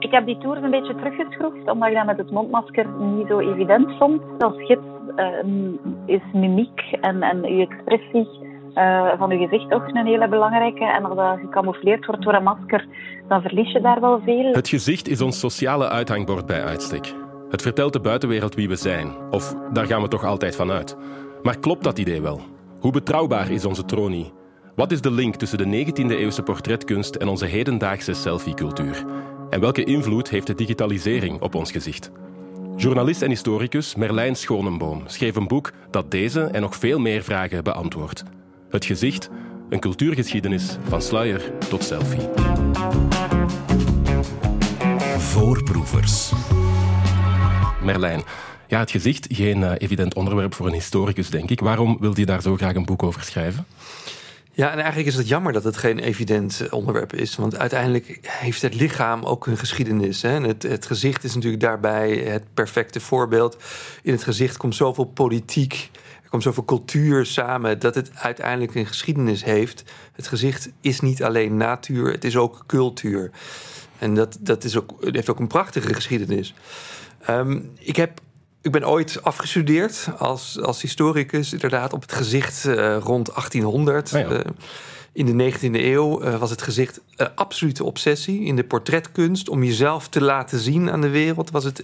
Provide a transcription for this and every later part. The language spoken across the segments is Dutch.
Ik heb die tours een beetje teruggeschroefd, omdat ik dat met het mondmasker niet zo evident vond. Als gids is mimiek en uw expressie van uw gezicht ook een hele belangrijke. En als dat gecamoufleerd wordt door een masker, dan verlies je daar wel veel. Het gezicht is ons sociale uithangbord bij uitstek. Het vertelt de buitenwereld wie we zijn. Of daar gaan we toch altijd van uit. Maar klopt dat idee wel? Hoe betrouwbaar is onze tronie? Wat is de link tussen de 19e-eeuwse portretkunst en onze hedendaagse selfie-cultuur? En welke invloed heeft de digitalisering op ons gezicht? Journalist en historicus Merlijn Schonenboom schreef een boek dat deze en nog veel meer vragen beantwoordt. Het gezicht, een cultuurgeschiedenis van sluier tot selfie. Voorproevers. Merlijn, ja, het gezicht, geen evident onderwerp voor een historicus, denk ik. Waarom wilde je daar zo graag een boek over schrijven? Ja, en eigenlijk is het jammer dat het geen evident onderwerp is. Want uiteindelijk heeft het lichaam ook een geschiedenis. Hè? Het gezicht is natuurlijk daarbij het perfecte voorbeeld. In het gezicht komt zoveel politiek, er komt zoveel cultuur samen, dat het uiteindelijk een geschiedenis heeft. Het gezicht is niet alleen natuur, het is ook cultuur. En dat heeft ook een prachtige geschiedenis. Ik ben ooit afgestudeerd als historicus, inderdaad, op het gezicht rond 1800. Oh ja. In de 19e eeuw was het gezicht een absolute obsessie. In de portretkunst, om jezelf te laten zien aan de wereld, stond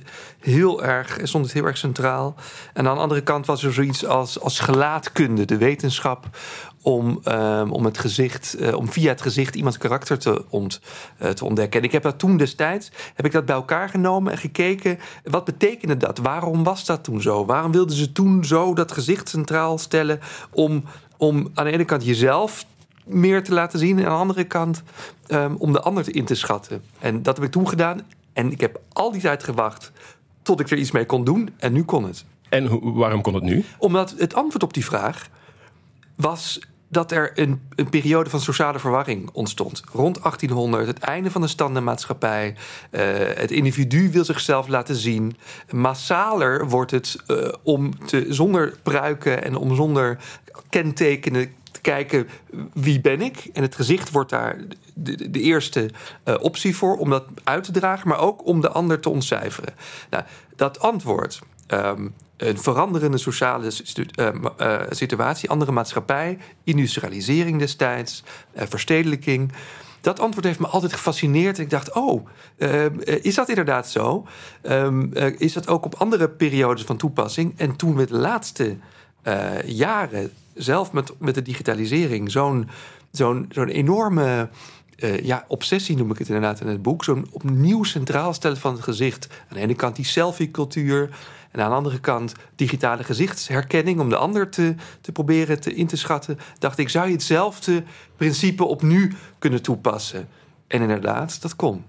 het heel erg centraal. En aan de andere kant was er zoiets als gelaatkunde, de wetenschap om het gezicht, om via het gezicht iemands karakter te ontdekken. En ik heb dat toen destijds bij elkaar genomen en gekeken, wat betekende dat? Waarom was dat toen zo? Waarom wilden ze toen zo dat gezicht centraal stellen om aan de ene kant jezelf meer te laten zien en aan de andere kant om de ander in te schatten? En dat heb ik toen gedaan en ik heb al die tijd gewacht tot ik er iets mee kon doen en nu kon het. En waarom kon het nu? Omdat het antwoord op die vraag was dat er een periode van sociale verwarring ontstond. Rond 1800, het einde van de standenmaatschappij. Het individu wil zichzelf laten zien. Massaler wordt het zonder pruiken en om zonder kentekenen te kijken wie ben ik. En het gezicht wordt daar de eerste optie voor om dat uit te dragen, maar ook om de ander te ontcijferen. Nou, dat antwoord, een veranderende sociale situatie, andere maatschappij, industrialisering destijds, verstedelijking. Dat antwoord heeft me altijd gefascineerd. En ik dacht, is dat inderdaad zo? Is dat ook op andere periodes van toepassing? En toen we de laatste jaren zelf met de digitalisering zo'n enorme obsessie noem ik het inderdaad in het boek, zo'n opnieuw centraal stellen van het gezicht. Aan de ene kant die selfie-cultuur en aan de andere kant digitale gezichtsherkenning om de ander te proberen in te schatten, dacht ik, zou je hetzelfde principe op nu kunnen toepassen? En inderdaad, dat kon.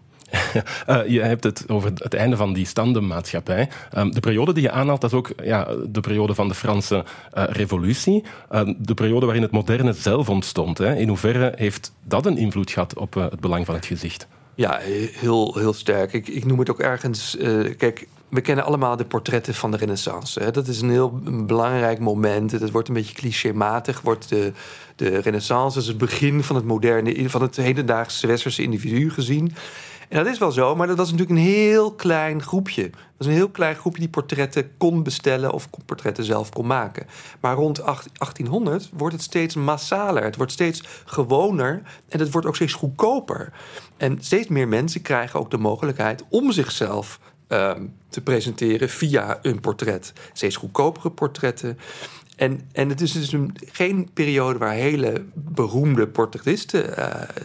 Je hebt het over het einde van die standenmaatschappij. De periode die je aanhaalt, dat is ook de periode van de Franse revolutie. De periode waarin het moderne zelf ontstond. Hè. In hoeverre heeft dat een invloed gehad op het belang van het gezicht? Ja, heel, heel sterk. Ik noem het ook ergens... Kijk, we kennen allemaal de portretten van de Renaissance. Hè. Dat is een heel belangrijk moment. Het wordt een beetje clichématig. Wordt de Renaissance als het begin van het hedendaagse westerse individu gezien. En dat is wel zo, maar dat was natuurlijk een heel klein groepje. Dat was een heel klein groepje die portretten kon bestellen of portretten zelf kon maken. Maar rond 1800 wordt het steeds massaler. Het wordt steeds gewoner en het wordt ook steeds goedkoper. En steeds meer mensen krijgen ook de mogelijkheid om zichzelf te presenteren via een portret. Steeds goedkopere portretten. En het is dus geen periode waar hele beroemde portretisten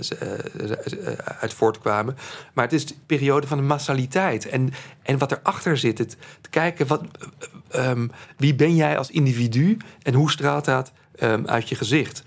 uit voortkwamen. Maar het is de periode van de massaliteit. En wat erachter zit, te kijken, wie ben jij als individu en hoe straalt dat uit je gezicht?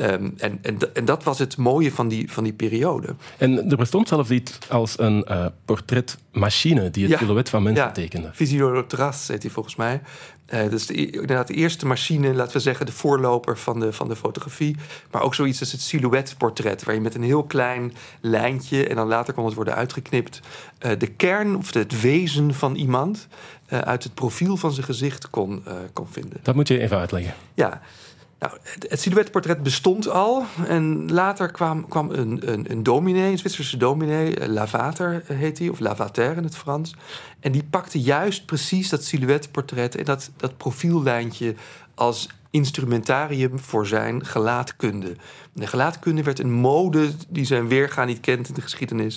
En dat was het mooie van die periode. En er bestond zelfs iets als een portretmachine die het silhouet van mensen tekende. Visiodotras heet die volgens mij. Dat is inderdaad de eerste machine, laten we zeggen, de voorloper van de fotografie. Maar ook zoiets als het silhouetportret, waar je met een heel klein lijntje, en dan later kon het worden uitgeknipt, de kern of het wezen van iemand uit het profiel van zijn gezicht kon vinden. Dat moet je even uitleggen. Ja. Nou, het silhouetportret bestond al. En later kwam een dominee, een Zwitserse dominee, Lavater heet hij, of Lavater in het Frans. En die pakte juist precies dat silhouetportret en dat profiellijntje als instrumentarium voor zijn gelaatkunde. En de gelaatkunde werd een mode die zijn weerga niet kent in de geschiedenis.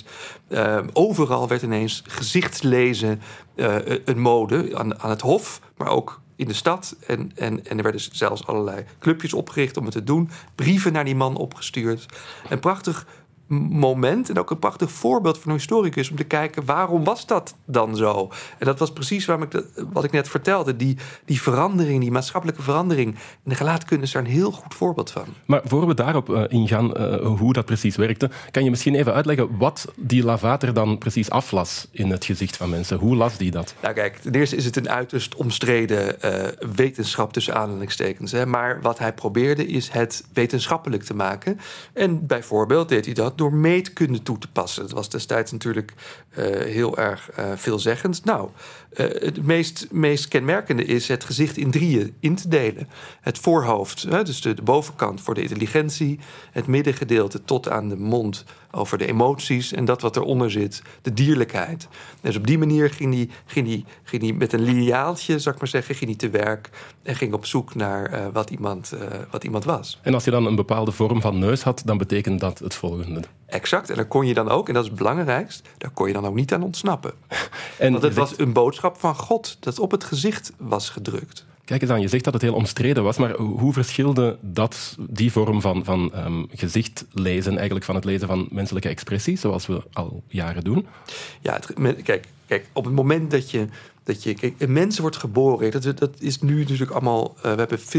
Overal werd ineens gezichtslezen een mode aan het hof, maar ook in de stad. En er werden zelfs allerlei clubjes opgericht om het te doen. Brieven naar die man opgestuurd. Een prachtig moment en ook een prachtig voorbeeld van een historicus om te kijken waarom was dat dan zo. En dat was precies wat ik net vertelde. Die verandering, die maatschappelijke verandering. En de gelaatkunde is daar een heel goed voorbeeld van. Maar voor we daarop ingaan, hoe dat precies werkte, kan je misschien even uitleggen wat die Lavater dan precies aflas in het gezicht van mensen? Hoe las die dat? Nou kijk, ten eerste is het een uiterst omstreden wetenschap tussen aanhalingstekens. Hè. Maar wat hij probeerde is het wetenschappelijk te maken. En bijvoorbeeld deed hij dat door meetkunde toe te passen. Dat was destijds natuurlijk heel erg veelzeggend. Nou, het meest kenmerkende is het gezicht in drieën in te delen. Het voorhoofd, dus de bovenkant voor de intelligentie. Het middengedeelte tot aan de mond over de emoties. En dat wat eronder zit, de dierlijkheid. Dus op die manier ging hij met een lineaaltje, zou ik maar zeggen, ging hij te werk en ging op zoek naar wat iemand was. En als je dan een bepaalde vorm van neus had, dan betekent dat het volgende. Exact, en daar kon je dan ook, en dat is het belangrijkst, daar kon je dan ook niet aan ontsnappen. Want het was een boodschap van God dat op het gezicht was gedrukt. Kijk eens aan, je zegt dat het heel omstreden was, maar hoe verschilde die vorm van gezicht lezen eigenlijk van het lezen van menselijke expressies, zoals we al jaren doen? Ja, kijk, op het moment dat je een mens wordt geboren, dat is nu natuurlijk allemaal, we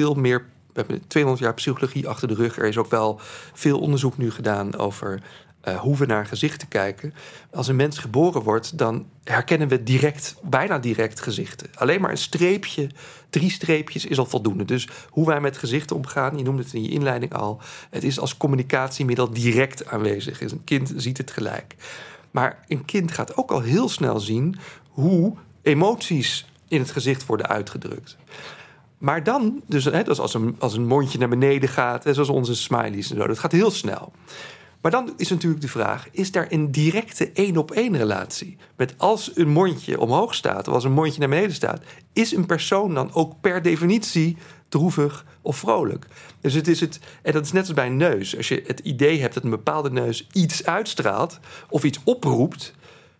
hebben 200 jaar psychologie achter de rug. Er is ook wel veel onderzoek nu gedaan over hoe we naar gezichten kijken. Als een mens geboren wordt, dan herkennen we bijna direct gezichten. Alleen maar een streepje, 3 streepjes is al voldoende. Dus hoe wij met gezichten omgaan, je noemde het in je inleiding al, het is als communicatiemiddel direct aanwezig. Dus een kind ziet het gelijk. Maar een kind gaat ook al heel snel zien hoe emoties in het gezicht worden uitgedrukt. Maar dan, dus als een mondje naar beneden gaat, zoals onze smileys en zo, dat gaat heel snel. Maar dan is natuurlijk de vraag, is daar een directe 1-op-1 relatie? Met als een mondje omhoog staat of als een mondje naar beneden staat, is een persoon dan ook per definitie droevig of vrolijk? Dus en dat is net als bij een neus. Als je het idee hebt dat een bepaalde neus iets uitstraalt of iets oproept,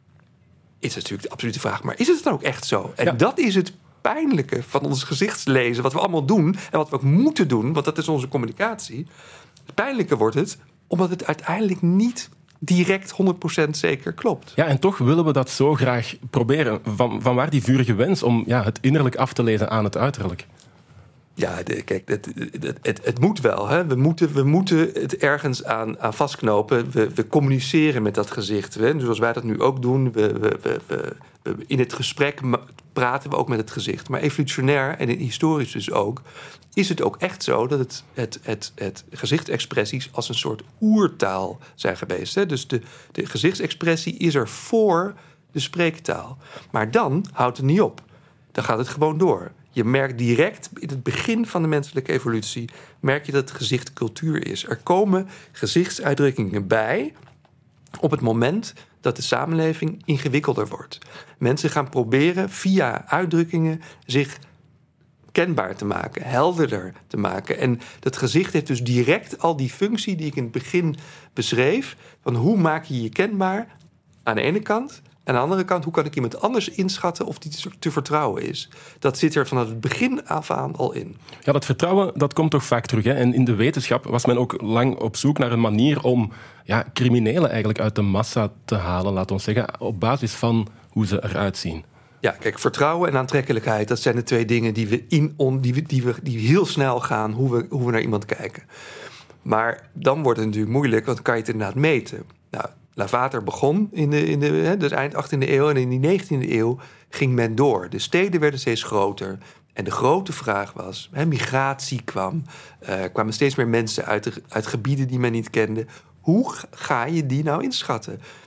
is natuurlijk de absolute vraag, maar is het dan ook echt zo? En dat is het pijnlijke van ons gezichtslezen, wat we allemaal doen en wat we ook moeten doen, want dat is onze communicatie. Het pijnlijke wordt het omdat het uiteindelijk niet direct 100% zeker klopt. Ja, en toch willen we dat zo graag proberen. Vanwaar die vurige wens om het innerlijk af te lezen aan het uiterlijk? Ja, kijk, het moet wel. Hè? We moeten het ergens aan vastknopen. We communiceren met dat gezicht. Hè? Zoals wij dat nu ook doen. In het gesprek praten we ook met het gezicht. Maar evolutionair en historisch dus ook, is het ook echt zo dat het gezichtsexpressies als een soort oertaal zijn geweest. Hè? Dus de gezichtsexpressie is er voor de spreektaal. Maar dan houdt het niet op. Dan gaat het gewoon door. Je merkt direct in het begin van de menselijke evolutie, merk je dat het gezicht cultuur is. Er komen gezichtsuitdrukkingen bij op het moment dat de samenleving ingewikkelder wordt. Mensen gaan proberen via uitdrukkingen zich kenbaar te maken, helderder te maken. En dat gezicht heeft dus direct al die functie die ik in het begin beschreef, van hoe maak je je kenbaar aan de ene kant. En aan de andere kant, hoe kan ik iemand anders inschatten of die te vertrouwen is? Dat zit er vanaf het begin af aan al in. Ja, dat vertrouwen, dat komt toch vaak terug. Hè? En in de wetenschap was men ook lang op zoek naar een manier om criminelen eigenlijk uit de massa te halen, laten we zeggen, op basis van hoe ze eruit zien. Ja, kijk, vertrouwen en aantrekkelijkheid, dat zijn de 2 dingen die heel snel gaan, hoe we naar iemand kijken. Maar dan wordt het natuurlijk moeilijk, want dan kan je het inderdaad meten. Nou, Lavater begon dus eind 18e eeuw en in die 19e eeuw ging men door. De steden werden steeds groter. En de grote vraag was, migratie kwamen steeds meer mensen uit gebieden die men niet kende. Hoe ga je die nou inschatten?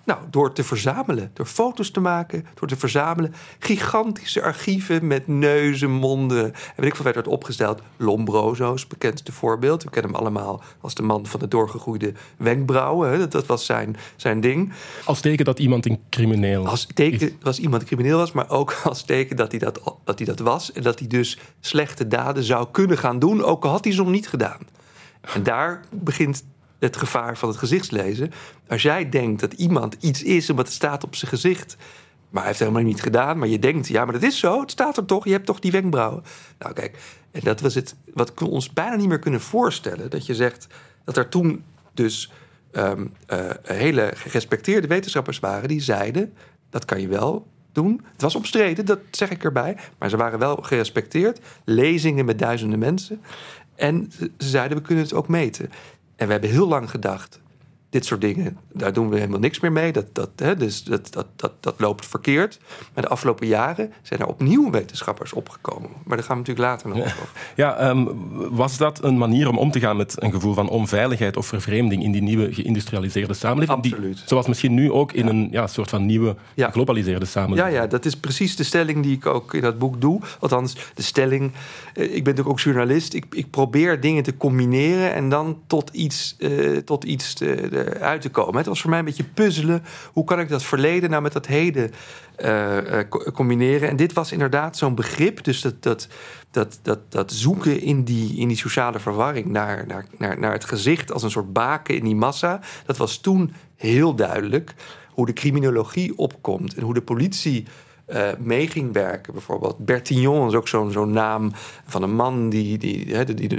Nou, door te verzamelen, door foto's te maken, door te verzamelen. Gigantische archieven met neuzen, monden. En weet ik veel, werd opgesteld. Lombroso is het bekendste voorbeeld. We kennen hem allemaal als de man van de doorgegroeide wenkbrauwen. Hè. Dat was zijn ding. Als teken dat iemand een crimineel Als teken dat iemand een crimineel was, maar ook als teken dat hij dat was. En dat hij dus slechte daden zou kunnen gaan doen, ook al had hij ze nog niet gedaan. En daar begint het gevaar van het gezichtslezen. Als jij denkt dat iemand iets is omdat het staat op zijn gezicht, maar hij heeft het helemaal niet gedaan, maar je denkt, ja, maar dat is zo, het staat er toch, je hebt toch die wenkbrauwen. Nou kijk, en dat was het wat we ons bijna niet meer kunnen voorstellen. Dat je zegt dat er toen dus hele gerespecteerde wetenschappers waren die zeiden, dat kan je wel doen. Het was omstreden, dat zeg ik erbij, maar ze waren wel gerespecteerd. Lezingen met duizenden mensen. En ze zeiden, we kunnen het ook meten. En we hebben heel lang gedacht, dit soort dingen, daar doen we helemaal niks meer mee. Dat loopt verkeerd. Maar de afgelopen jaren zijn er opnieuw wetenschappers opgekomen. Maar daar gaan we natuurlijk later nog over. Ja, was dat een manier om te gaan met een gevoel van onveiligheid of vervreemding in die nieuwe geïndustrialiseerde samenleving? Absoluut. Zoals misschien nu ook in een soort van nieuwe geglobaliseerde samenleving. Ja, dat is precies de stelling die ik ook in dat boek doe. Althans, de stelling. Ik ben natuurlijk ook journalist. Ik probeer dingen te combineren en dan tot iets uit te komen. Het was voor mij een beetje puzzelen. Hoe kan ik dat verleden nou met dat heden combineren? En dit was inderdaad zo'n begrip. Dus dat zoeken in die sociale verwarring naar het gezicht als een soort baken in die massa. Dat was toen heel duidelijk. Hoe de criminologie opkomt en hoe de politie mee ging werken. Bijvoorbeeld Bertillon is ook zo'n naam van een man die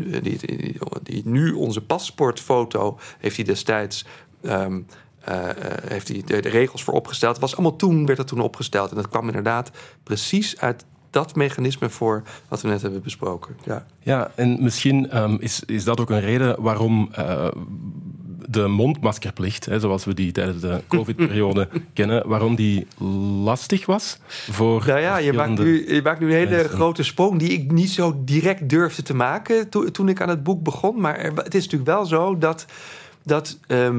nu onze paspoortfoto heeft hij destijds heeft hij de regels voor opgesteld. Werd dat toen opgesteld. En dat kwam inderdaad precies uit dat mechanisme voor wat we net hebben besproken. Ja, en misschien is dat ook een reden waarom de mondmaskerplicht, zoals we die tijdens de COVID-periode kennen, waarom die lastig was voor... Nou ja, je maakt nu een hele grote sprong die ik niet zo direct durfde te maken toen ik aan het boek begon. Maar het is natuurlijk wel zo dat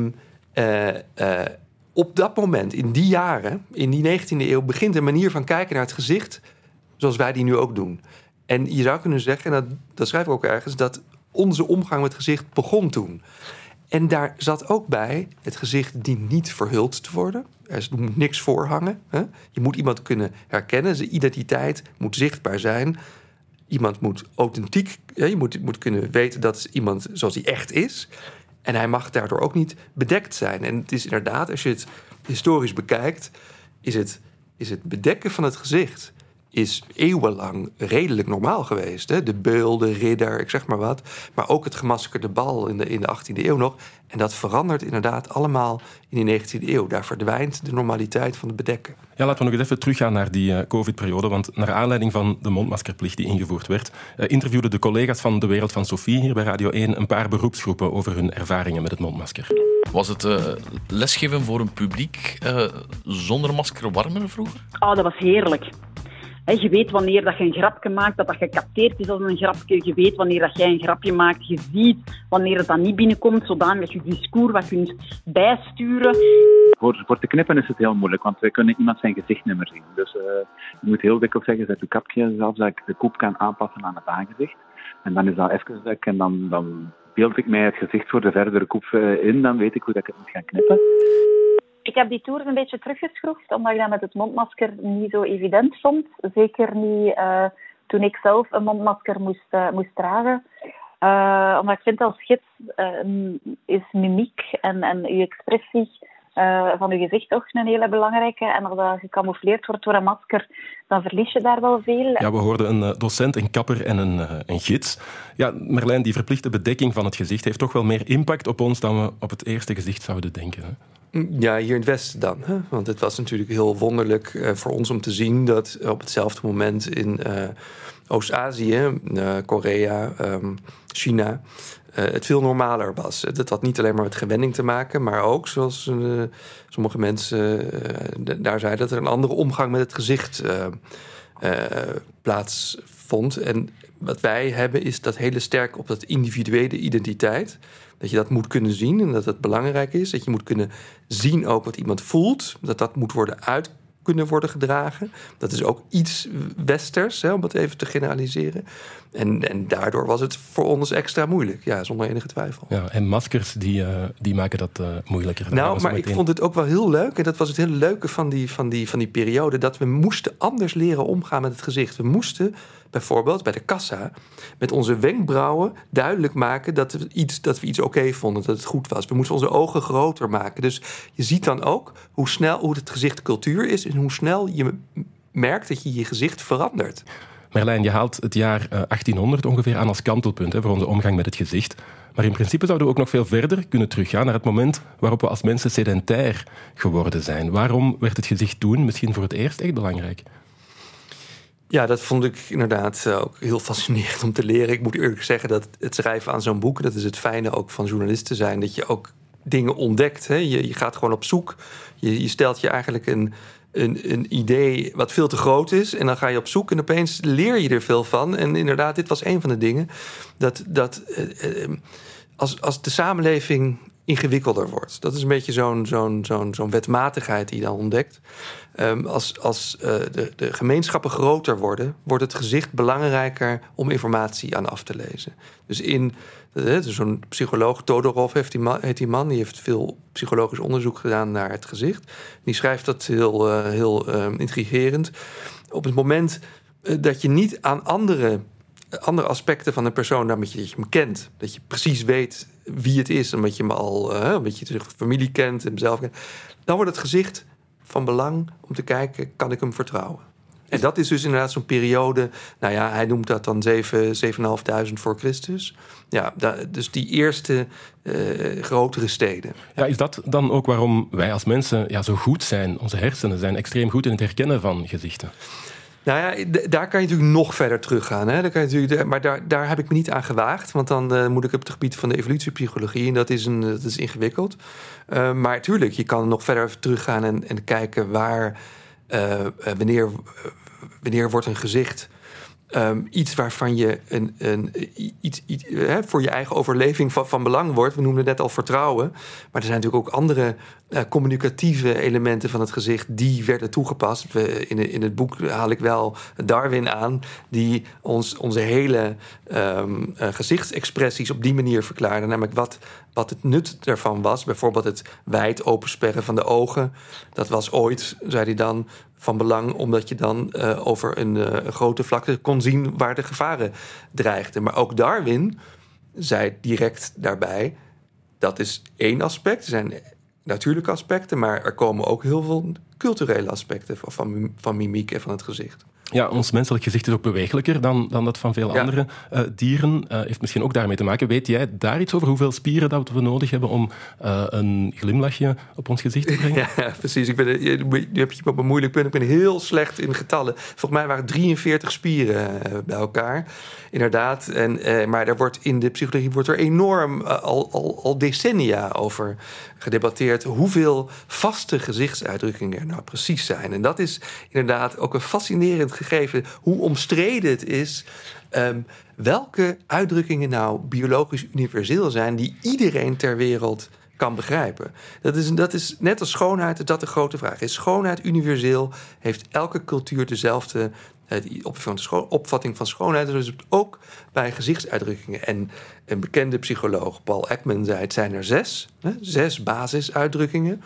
op dat moment, in die jaren, in die 19e eeuw, begint een manier van kijken naar het gezicht zoals wij die nu ook doen. En je zou kunnen zeggen, en dat schrijf ik ook ergens, dat onze omgang met het gezicht begon toen. En daar zat ook bij, het gezicht dient niet verhuld te worden. Er moet niks voorhangen. Hè? Je moet iemand kunnen herkennen. Zijn identiteit moet zichtbaar zijn. Iemand moet authentiek... Je moet kunnen weten dat iemand zoals hij echt is. En hij mag daardoor ook niet bedekt zijn. En het is inderdaad, als je het historisch bekijkt, is het bedekken van het gezicht is eeuwenlang redelijk normaal geweest. Hè? De beul, de ridder, ik zeg maar wat. Maar ook het gemaskerde bal in de 18e eeuw nog. En dat verandert inderdaad allemaal in die 19e eeuw. Daar verdwijnt de normaliteit van het bedekken. Ja, laten we nog eens even teruggaan naar die COVID-periode. Want naar aanleiding van de mondmaskerplicht die ingevoerd werd, interviewden de collega's van De Wereld van Sophie hier bij Radio 1 een paar beroepsgroepen over hun ervaringen met het mondmasker. Was het lesgeven voor een publiek zonder masker warmer vroeger? Oh, dat was heerlijk. Je weet wanneer dat je een grapje maakt, dat gecapteerd is als een grapje. Je weet wanneer dat jij een grapje maakt. Je ziet wanneer het dan niet binnenkomt, zodanig dat je je discours wat kunt bijsturen. Voor te knippen is het heel moeilijk, want wij kunnen iemand zijn gezicht niet meer zien. Dus je moet heel dikwijls zeggen, zet je kapje zelfs, dat ik de koep kan aanpassen aan het aangezicht. En dan is dat even dat en dan beeld ik mij het gezicht voor de verdere koep in, dan weet ik hoe dat ik het moet gaan knippen. Ik heb die tours een beetje teruggeschroefd, omdat ik dat met het mondmasker niet zo evident vond. Zeker niet toen ik zelf een mondmasker moest dragen. Omdat ik vind als gids is mimiek en je expressie van je gezicht toch een hele belangrijke. En als dat gecamoufleerd wordt door een masker, dan verlies je daar wel veel. Ja, we hoorden een docent, een kapper en een gids. Ja, Merlijn, die verplichte bedekking van het gezicht heeft toch wel meer impact op ons dan we op het eerste gezicht zouden denken, hè? Ja, hier in het Westen dan. Hè? Want het was natuurlijk heel wonderlijk voor ons om te zien dat op hetzelfde moment in Oost-Azië, Korea, China, het veel normaler was. Dat had niet alleen maar met gewenning te maken, maar ook, zoals sommige mensen daar zeiden, dat er een andere omgang met het gezicht plaatsvond. En wat wij hebben is dat hele sterk op dat individuele identiteit. Dat je dat moet kunnen zien en dat het belangrijk is. Dat je moet kunnen zien ook wat iemand voelt. Dat moet kunnen worden gedragen. Dat is ook iets westers, om het even te generaliseren. En daardoor was het voor ons extra moeilijk. Ja, zonder enige twijfel. Ja, en maskers die maken dat moeilijker. Nou, maar ik vond het ook wel heel leuk. En dat was het hele leuke van die periode. Dat we moesten anders leren omgaan met het gezicht. We moesten bijvoorbeeld bij de kassa met onze wenkbrauwen duidelijk maken dat we iets oké vonden, dat het goed was. We moesten onze ogen groter maken. Dus je ziet dan ook hoe het gezicht cultuur is en hoe snel je merkt dat je gezicht verandert. Merlijn, je haalt het jaar 1800 ongeveer aan als kantelpunt voor onze omgang met het gezicht. Maar in principe zouden we ook nog veel verder kunnen teruggaan naar het moment waarop we als mensen sedentair geworden zijn. Waarom werd het gezicht toen misschien voor het eerst echt belangrijk? Ja, dat vond ik inderdaad ook heel fascinerend om te leren. Ik moet eerlijk zeggen dat het schrijven aan zo'n boek, dat is het fijne ook van journalist te zijn, dat je ook dingen ontdekt. Hè? Je gaat gewoon op zoek. Je stelt je eigenlijk een idee wat veel te groot is en dan ga je op zoek en opeens leer je er veel van. En inderdaad, dit was een van de dingen dat als de samenleving ingewikkelder wordt. Dat is een beetje zo'n wetmatigheid die je dan ontdekt. Als de gemeenschappen groter worden, wordt het gezicht belangrijker om informatie aan af te lezen. Dus zo'n psycholoog, Todorov heet die man, die heeft veel psychologisch onderzoek gedaan naar het gezicht. Die schrijft dat heel intrigerend. Op het moment dat je niet aan andere aspecten van een persoon, dat je hem kent, dat je precies weet wie het is, omdat je hem al een beetje de familie kent en hemzelf kent, dan wordt het gezicht van belang om te kijken, kan ik hem vertrouwen? En dat is dus inderdaad zo'n periode, nou ja, hij noemt dat dan 7.500 voor Christus. Ja, dus die eerste grotere steden. Ja, is dat dan ook waarom wij als mensen zo goed zijn? Onze hersenen zijn extreem goed in het herkennen van gezichten. Nou ja, daar kan je natuurlijk nog verder teruggaan. Hè? Maar daar heb ik me niet aan gewaagd. Want dan moet ik op het gebied van de evolutiepsychologie. En dat is ingewikkeld. Maar tuurlijk, je kan nog verder teruggaan en kijken wanneer wordt een gezicht iets waarvan je voor je eigen overleving van belang wordt. We noemden het net al vertrouwen. Maar er zijn natuurlijk ook andere communicatieve elementen van het gezicht die werden toegepast. In het boek haal ik wel Darwin aan, die onze hele gezichtsexpressies op die manier verklaarde. Namelijk wat het nut daarvan was. Bijvoorbeeld het wijd opensperren van de ogen. Dat was ooit, zei hij dan, van belang, omdat je dan over een grote vlakte kon zien waar de gevaren dreigden. Maar ook Darwin zei direct daarbij, dat is één aspect. Er zijn natuurlijke aspecten, maar er komen ook heel veel culturele aspecten van mimiek en van het gezicht. Ja, ons menselijk gezicht is ook bewegelijker dan dat van veel andere dieren. Heeft misschien ook daarmee te maken. Weet jij daar iets over hoeveel spieren dat we nodig hebben om een glimlachje op ons gezicht te brengen? Ja, precies. Nu heb je op een moeilijk punt. Ik ben heel slecht in getallen. Volgens mij waren het 43 spieren bij elkaar. Inderdaad. Maar in de psychologie wordt er enorm al decennia over gedebatteerd hoeveel vaste gezichtsuitdrukkingen er nou precies zijn. En dat is inderdaad ook een fascinerend gegeven, hoe omstreden het is welke uitdrukkingen nou biologisch universeel zijn die iedereen ter wereld kan begrijpen. Dat is net als schoonheid, dat de grote vraag is. Schoonheid universeel, heeft elke cultuur dezelfde opvatting van schoonheid. Dus ook bij gezichtsuitdrukkingen. En een bekende psycholoog, Paul Ekman, zei het zijn er 6. 6 basisuitdrukkingen.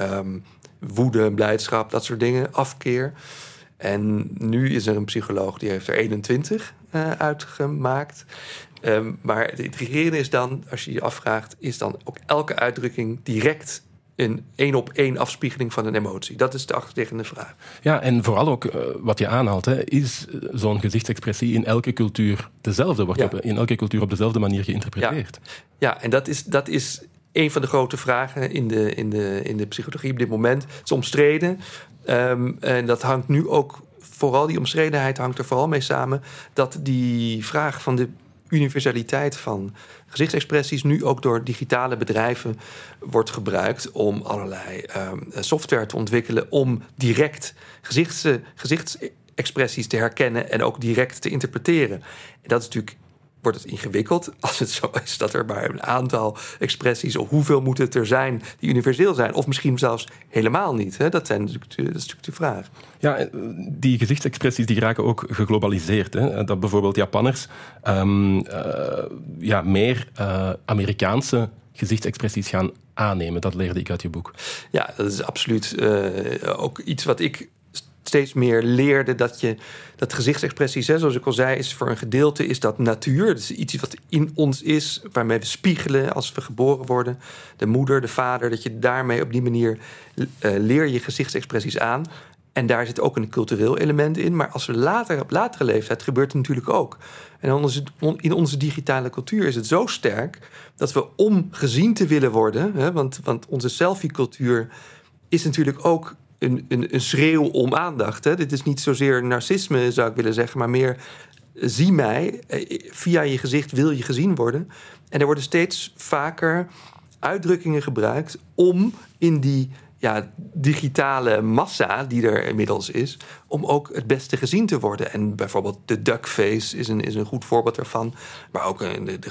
Woede, blijdschap, dat soort dingen, afkeer. En nu is er een psycholoog die heeft er 21 uitgemaakt. Maar het intrigerende is dan, als je je afvraagt, is dan ook elke uitdrukking direct een 1-op-1 afspiegeling van een emotie? Dat is de achterliggende vraag. Ja, en vooral ook wat je aanhaalt, is zo'n gezichtsexpressie in elke cultuur dezelfde? Wordt in elke cultuur op dezelfde manier geïnterpreteerd? Ja, en dat is een van de grote vragen in de psychologie op dit moment. Het is omstreden. En dat hangt nu ook, vooral die omstredenheid hangt er vooral mee samen, dat die vraag van de universaliteit van gezichtsexpressies nu ook door digitale bedrijven wordt gebruikt om allerlei software te ontwikkelen om direct gezichtsexpressies expressies te herkennen en ook direct te interpreteren. En dat is natuurlijk, wordt het ingewikkeld als het zo is dat er maar een aantal expressies, of hoeveel moet het er zijn die universeel zijn, of misschien zelfs helemaal niet. Hè? Dat is natuurlijk de vraag. Ja, die gezichtsexpressies die raken ook geglobaliseerd. Hè? Dat bijvoorbeeld Japanners meer Amerikaanse gezichtsexpressies gaan aannemen. Dat leerde ik uit je boek. Ja, dat is absoluut ook iets wat ik steeds meer leerde, dat gezichtsexpressies, zoals ik al zei, is voor een gedeelte is dat natuur. Dat is iets wat in ons is, waarmee we spiegelen als we geboren worden. De moeder, de vader, dat je daarmee op die manier leer je gezichtsexpressies aan. En daar zit ook een cultureel element in. Maar als we op latere leeftijd gebeurt het natuurlijk ook. En in onze digitale cultuur is het zo sterk dat we, om gezien te willen worden, want onze selfie-cultuur is natuurlijk ook een schreeuw om aandacht. Hè? Dit is niet zozeer narcisme, zou ik willen zeggen, maar meer zie mij. Via je gezicht wil je gezien worden. En er worden steeds vaker uitdrukkingen gebruikt om in die digitale massa die er inmiddels is, om ook het beste gezien te worden. En bijvoorbeeld de duckface is een goed voorbeeld daarvan. Maar ook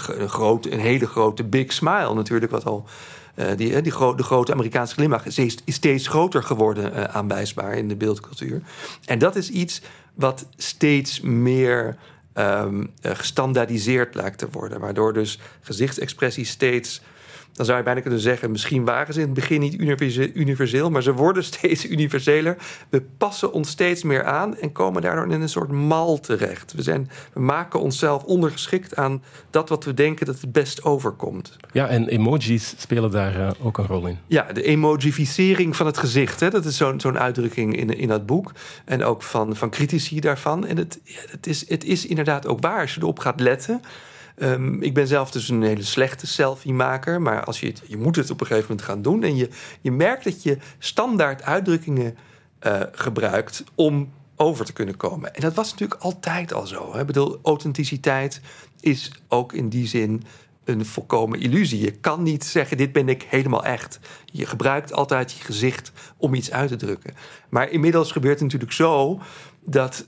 een hele grote big smile natuurlijk, wat al de grote Amerikaanse glimlach is steeds groter geworden aanwijsbaar in de beeldcultuur. En dat is iets wat steeds meer gestandaardiseerd lijkt te worden. Waardoor dus gezichtsexpressies steeds, dan zou je bijna kunnen zeggen, misschien waren ze in het begin niet universeel, maar ze worden steeds universeler. We passen ons steeds meer aan en komen daardoor in een soort mal terecht. We maken onszelf ondergeschikt aan dat wat we denken dat het best overkomt. Ja, en emojis spelen daar ook een rol in. Ja, de emojificering van het gezicht. Hè, dat is zo'n uitdrukking in dat boek. En ook van critici daarvan. En het is inderdaad ook waar als je erop gaat letten. Ik ben zelf dus een hele slechte selfie-maker, maar als je moet het op een gegeven moment gaan doen. En je merkt dat je standaard uitdrukkingen gebruikt om over te kunnen komen. En dat was natuurlijk altijd al zo. Hè? Ik bedoel, authenticiteit is ook in die zin een volkomen illusie. Je kan niet zeggen, dit ben ik helemaal echt. Je gebruikt altijd je gezicht om iets uit te drukken. Maar inmiddels gebeurt het natuurlijk zo dat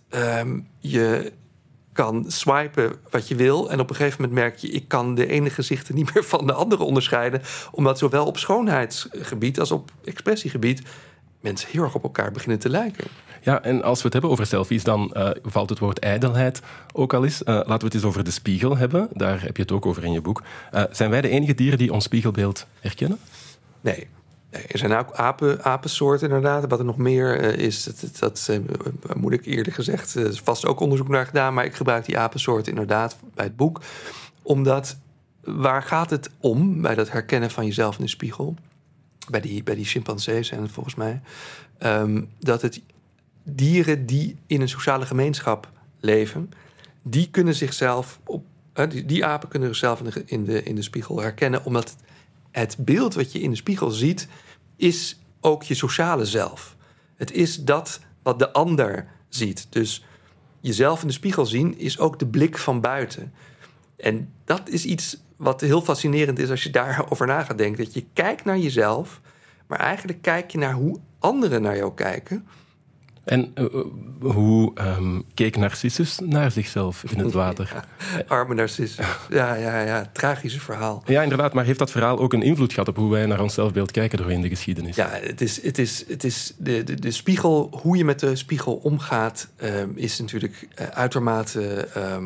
je kan swipen wat je wil. En op een gegeven moment merk je, ik kan de ene gezichten niet meer van de andere onderscheiden. Omdat zowel op schoonheidsgebied als op expressiegebied mensen heel erg op elkaar beginnen te lijken. Ja, en als we het hebben over selfies, dan valt het woord ijdelheid ook al eens. Laten we het eens over de spiegel hebben. Daar heb je het ook over in je boek. Zijn wij de enige dieren die ons spiegelbeeld herkennen? Nee. Er zijn ook apensoorten inderdaad. Wat er nog meer is, dat moet ik eerlijk gezegd, er is vast ook onderzoek naar gedaan, maar ik gebruik die apensoorten inderdaad bij het boek. Omdat, waar gaat het om bij dat herkennen van jezelf in de spiegel? Bij die chimpansees zijn het volgens mij. Dat het dieren die in een sociale gemeenschap leven, die kunnen zichzelf die apen kunnen zichzelf in de spiegel herkennen, omdat het beeld wat je in de spiegel ziet is ook je sociale zelf. Het is dat wat de ander ziet. Dus jezelf in de spiegel zien is ook de blik van buiten. En dat is iets wat heel fascinerend is als je daarover na gaat denken. Dat je kijkt naar jezelf, maar eigenlijk kijk je naar hoe anderen naar jou kijken. En hoe keek Narcissus naar zichzelf in het water? Ja, arme Narcissus. Ja, tragische verhaal. Ja, inderdaad, maar heeft dat verhaal ook een invloed gehad op hoe wij naar ons zelfbeeld kijken doorheen de geschiedenis? Ja, het is de spiegel, hoe je met de spiegel omgaat, is natuurlijk uitermate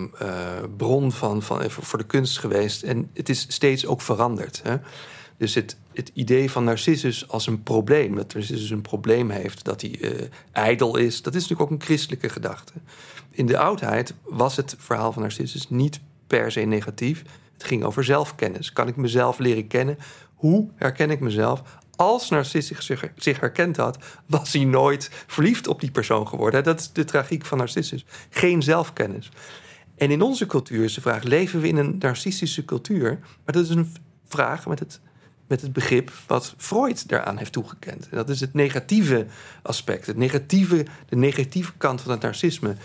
bron voor de kunst geweest. En het is steeds ook veranderd. Hè? Dus het idee van Narcissus als een probleem, dat Narcissus een probleem heeft, dat hij ijdel is, dat is natuurlijk ook een christelijke gedachte. In de oudheid was het verhaal van Narcissus niet per se negatief. Het ging over zelfkennis. Kan ik mezelf leren kennen? Hoe herken ik mezelf? Als Narcissus zich herkend had, was hij nooit verliefd op die persoon geworden. Dat is de tragiek van Narcissus. Geen zelfkennis. En in onze cultuur is de vraag, leven we in een narcistische cultuur? Maar dat is een vraag met het begrip wat Freud daaraan heeft toegekend. En dat is het negatieve aspect, de negatieve kant van het narcisme.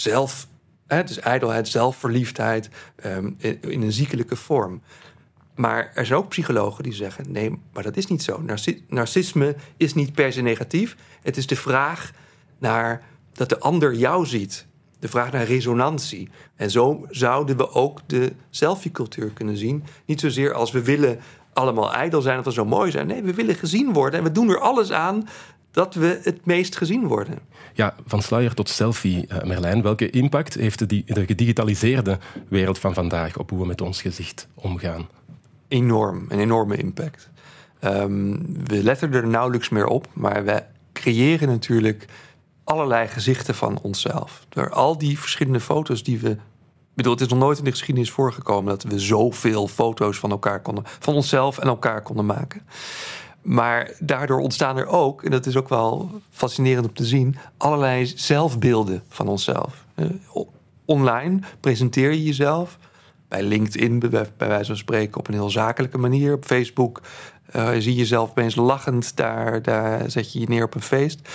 Dus ijdelheid, zelfverliefdheid in een ziekelijke vorm. Maar er zijn ook psychologen die zeggen, nee, maar dat is niet zo. Narcisme is niet per se negatief. Het is de vraag naar dat de ander jou ziet. De vraag naar resonantie. En zo zouden we ook de selfie-cultuur kunnen zien. Niet zozeer als we willen allemaal ijdel zijn, dat we zo mooi zijn. Nee, we willen gezien worden. En we doen er alles aan dat we het meest gezien worden. Ja, van sluier tot selfie, Merlijn. Welke impact heeft de gedigitaliseerde wereld van vandaag op hoe we met ons gezicht omgaan? Enorm, een enorme impact. We letten er nauwelijks meer op, maar we creëren natuurlijk allerlei gezichten van onszelf. Door al die verschillende foto's die we... het is nog nooit in de geschiedenis voorgekomen dat we zoveel foto's van onszelf en elkaar konden maken. Maar daardoor ontstaan er ook, en dat is ook wel fascinerend om te zien, allerlei zelfbeelden van onszelf. Online presenteer je jezelf. Bij LinkedIn, bij wijze van spreken, op een heel zakelijke manier. Op Facebook zie je jezelf opeens lachend. Daar zet je je neer op een feest.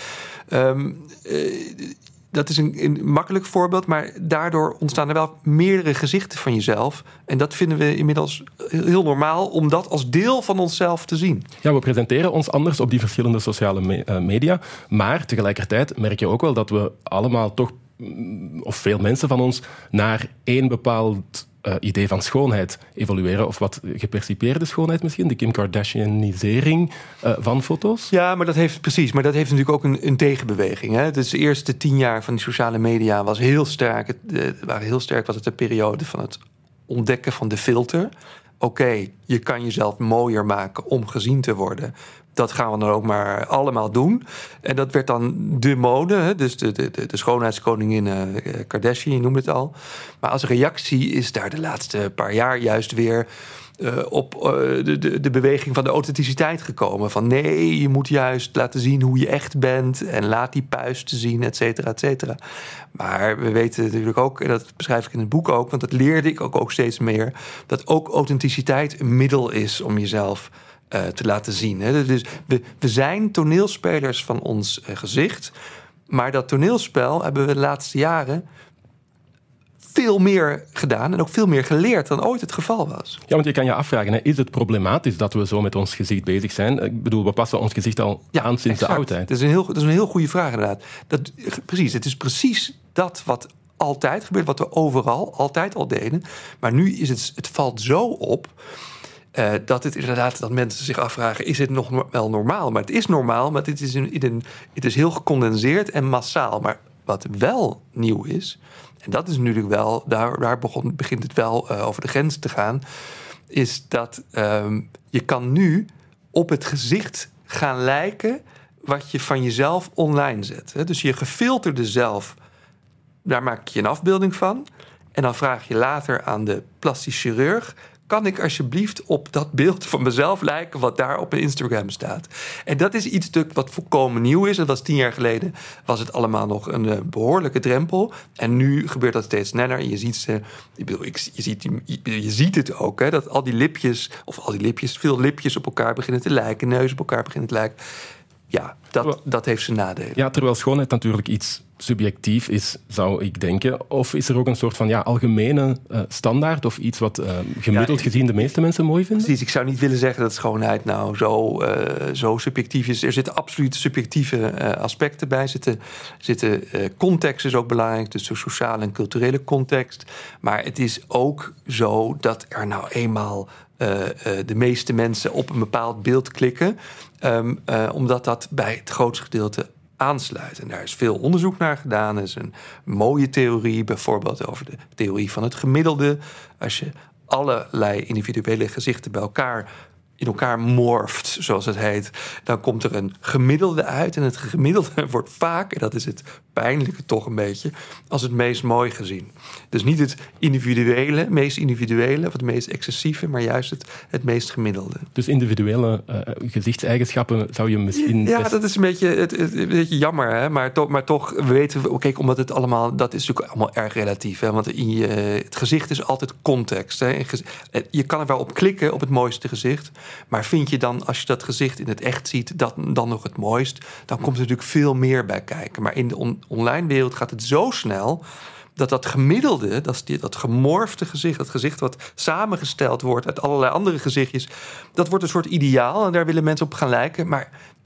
Dat is een makkelijk voorbeeld, maar daardoor ontstaan er wel meerdere gezichten van jezelf. En dat vinden we inmiddels heel normaal om dat als deel van onszelf te zien. Ja, we presenteren ons anders op die verschillende sociale media. Maar tegelijkertijd merk je ook wel dat we allemaal toch, of veel mensen van ons, naar één bepaald idee van schoonheid evolueren. Of wat gepercipieerde schoonheid misschien, de Kim Kardashianisering van foto's. Ja, maar dat heeft natuurlijk ook een tegenbeweging. Hè? Dus de eerste 10 jaar van die sociale media was heel sterk. Was het de periode van het ontdekken van de filter. Oké, je kan jezelf mooier maken om gezien te worden. Dat gaan we dan ook maar allemaal doen. En dat werd dan de mode. Hè? Dus de schoonheidskoningin Kardashian, je noemde het al. Maar als reactie is daar de laatste paar jaar juist weer op de beweging van de authenticiteit gekomen. Van nee, je moet juist laten zien hoe je echt bent. En laat die puisten zien, et cetera, et cetera. Maar we weten natuurlijk ook, en dat beschrijf ik in het boek ook, want dat leerde ik ook steeds meer, dat ook authenticiteit een middel is om jezelf te laten zien. Hè. Dus we zijn toneelspelers van ons gezicht. Maar dat toneelspel hebben we de laatste jaren veel meer gedaan en ook veel meer geleerd dan ooit het geval was. Ja, want je kan je afvragen, hè, is het problematisch dat we zo met ons gezicht bezig zijn? Ik bedoel, we passen ons gezicht al aan sinds de oudheid. Dat is een heel goede vraag inderdaad. Het is precies dat wat altijd gebeurt, wat we overal altijd al deden. Maar nu is het valt zo op dat het inderdaad dat mensen zich afvragen, is het nog wel normaal? Maar het is normaal, maar het is heel gecondenseerd en massaal. Maar wat wel nieuw is, en dat is natuurlijk wel, daar begint het wel over de grens te gaan, is dat je kan nu op het gezicht gaan lijken wat je van jezelf online zet. Hè? Dus je gefilterde zelf, daar maak je een afbeelding van. En dan vraag je later aan de plastisch chirurg, kan ik alsjeblieft op dat beeld van mezelf lijken wat daar op mijn Instagram staat? En dat is iets wat volkomen nieuw is. En dat was 10 jaar geleden, was het allemaal nog een behoorlijke drempel. En nu gebeurt dat steeds sneller. En je ziet het ook, hè, dat veel lipjes op elkaar beginnen te lijken, neus op elkaar beginnen te lijken. Ja, dat heeft zijn nadelen. Ja, terwijl schoonheid natuurlijk iets subjectief is, zou ik denken. Of is er ook een soort van algemene standaard of iets wat gemiddeld gezien de meeste mensen mooi vinden? Precies, ik zou niet willen zeggen dat schoonheid nou zo subjectief is. Er zitten absoluut subjectieve aspecten bij. Context is ook belangrijk, dus de sociale en culturele context. Maar het is ook zo dat er nou eenmaal de meeste mensen op een bepaald beeld klikken, omdat dat bij het grootste gedeelte aansluit. En daar is veel onderzoek naar gedaan. Er is een mooie theorie, bijvoorbeeld over de theorie van het gemiddelde. Als je allerlei individuele gezichten bij elkaar in elkaar morft, zoals het heet, dan komt er een gemiddelde uit. En het gemiddelde wordt vaak, en dat is het pijnlijke toch een beetje, als het meest mooi gezien. Dus niet het meest individuele, of het meest excessieve, maar juist het meest gemiddelde. Dus individuele gezichtseigenschappen zou je misschien... Ja, dat is een beetje jammer, hè? Maar toch weten we, kijk, omdat het allemaal, dat is natuurlijk allemaal erg relatief, hè? Want het gezicht is altijd context. Hè? Je kan er wel op klikken, op het mooiste gezicht. Maar vind je dan, als je dat gezicht in het echt ziet, dat dan nog het mooist, dan komt er natuurlijk veel meer bij kijken. Maar in de online wereld gaat het zo snel dat gemiddelde, dat gemorfde gezicht, dat gezicht wat samengesteld wordt uit allerlei andere gezichtjes, dat wordt een soort ideaal en daar willen mensen op gaan lijken. Maar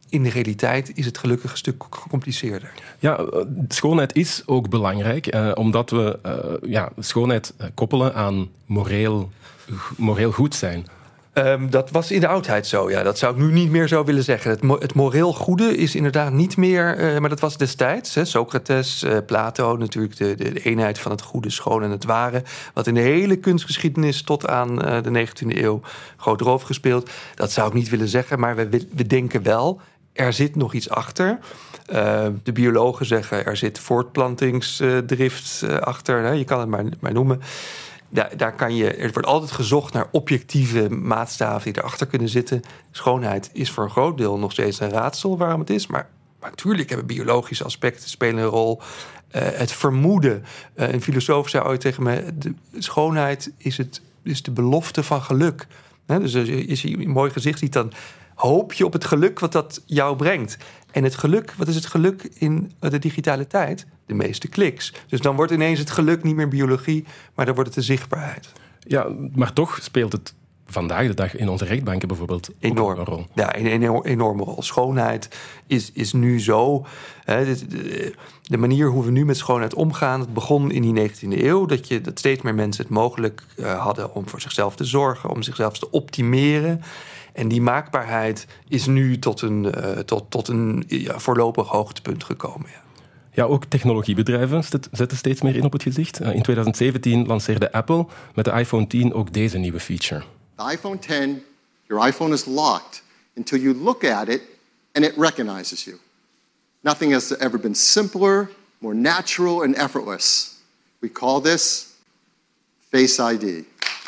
in de realiteit is het gelukkig een stuk gecompliceerder. Ja, schoonheid is ook belangrijk, omdat we schoonheid koppelen aan moreel goed zijn. Dat was in de oudheid zo, ja. Dat zou ik nu niet meer zo willen zeggen. Het moreel goede is inderdaad niet meer... maar dat was destijds. Hè. Socrates, Plato, natuurlijk de eenheid van het goede, schoon en het ware. Wat in de hele kunstgeschiedenis tot aan de 19e eeuw grote rol heeft gespeeld. Dat zou ik niet willen zeggen, maar we denken wel... Er zit nog iets achter. De biologen zeggen er zit voortplantingsdrift achter. Hè. Je kan het maar noemen. Er wordt altijd gezocht naar objectieve maatstaven die erachter kunnen zitten. Schoonheid is voor een groot deel nog steeds een raadsel waarom het is. Maar natuurlijk hebben biologische aspecten spelen een rol. Het vermoeden. Een filosoof zei ooit tegen me... schoonheid is de belofte van geluk. Dus als je een mooi gezicht ziet, dan hoop je op het geluk wat dat jou brengt. En het geluk, wat is het geluk in de digitale tijd? De meeste kliks. Dus dan wordt ineens het geluk niet meer biologie, maar dan wordt het de zichtbaarheid. Ja, maar toch speelt het vandaag de dag in onze rechtbanken bijvoorbeeld enorm een rol. Ja, een enorme rol. Schoonheid is nu zo... de manier hoe we nu met schoonheid omgaan... het begon in die 19e eeuw... dat steeds meer mensen het mogelijk hadden om voor zichzelf te zorgen... om zichzelf te optimeren... En die maakbaarheid is nu tot een voorlopig hoogtepunt gekomen. Ja. Ja, ook technologiebedrijven zetten steeds meer in op het gezicht. In 2017 lanceerde Apple met de iPhone 10 ook deze nieuwe feature. The iPhone 10, your iPhone is locked until you look at it and it recognizes you. Nothing has ever been simpler, more natural and effortless. We call this Face ID.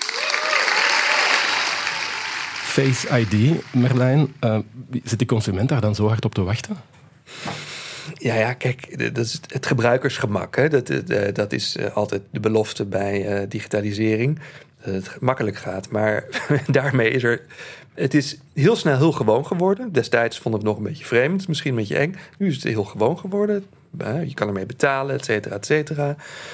Face ID, Merlijn, zit de consument daar dan zo hard op te wachten? Ja, kijk, dat is het gebruikersgemak. Hè. Dat is altijd de belofte bij digitalisering. Dat het makkelijk gaat. Maar daarmee het is heel snel heel gewoon geworden. Destijds vond ik het nog een beetje vreemd, misschien een beetje eng. Nu is het heel gewoon geworden. Je kan ermee betalen, et cetera, et cetera.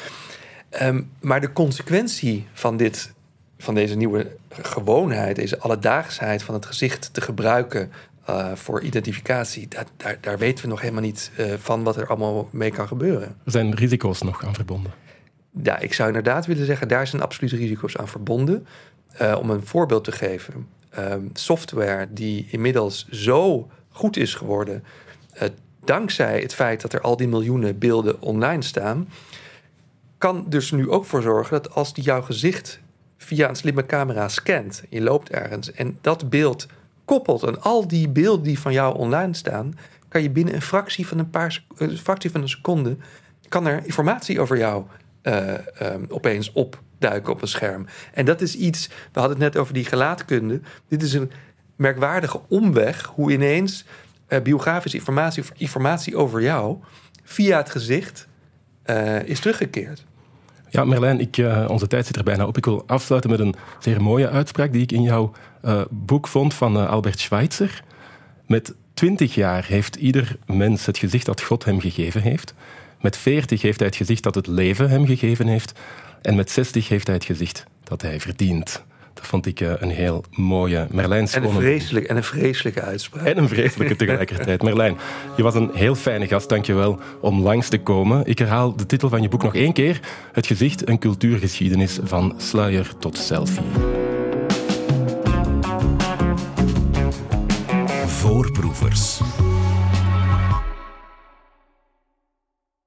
Maar de consequentie van deze nieuwe gewoonheid, deze alledaagsheid van het gezicht te gebruiken voor identificatie, daar weten we nog helemaal niet van wat er allemaal mee kan gebeuren. Er zijn risico's nog aan verbonden. Ja, ik zou inderdaad willen zeggen, daar zijn absoluut risico's aan verbonden. Om een voorbeeld te geven. Software die inmiddels zo goed is geworden, dankzij het feit dat er al die miljoenen beelden online staan, kan dus nu ook voor zorgen dat als die jouw gezicht via een slimme camera scant, je loopt ergens en dat beeld koppelt aan al die beelden die van jou online staan, kan je binnen een fractie van een seconde, kan er informatie over jou opeens opduiken op een scherm. En dat is iets, we hadden het net over die gelaatkunde, dit is een merkwaardige omweg hoe ineens biografische informatie over jou via het gezicht is teruggekeerd. Ja, Merlijn, onze tijd zit er bijna op. Ik wil afsluiten met een zeer mooie uitspraak die ik in jouw boek vond van Albert Schweitzer. Met 20 jaar heeft ieder mens het gezicht dat God hem gegeven heeft. Met 40 heeft hij het gezicht dat het leven hem gegeven heeft. En met 60 heeft hij het gezicht dat hij verdient. Dat vond ik een heel mooie Merlijn. En een vreselijke uitspraak. En een vreselijke tegelijkertijd. Merlijn, je was een heel fijne gast. Dank je wel om langs te komen. Ik herhaal de titel van je boek nog 1 keer. Het gezicht, een cultuurgeschiedenis van sluier tot selfie. Voorproevers.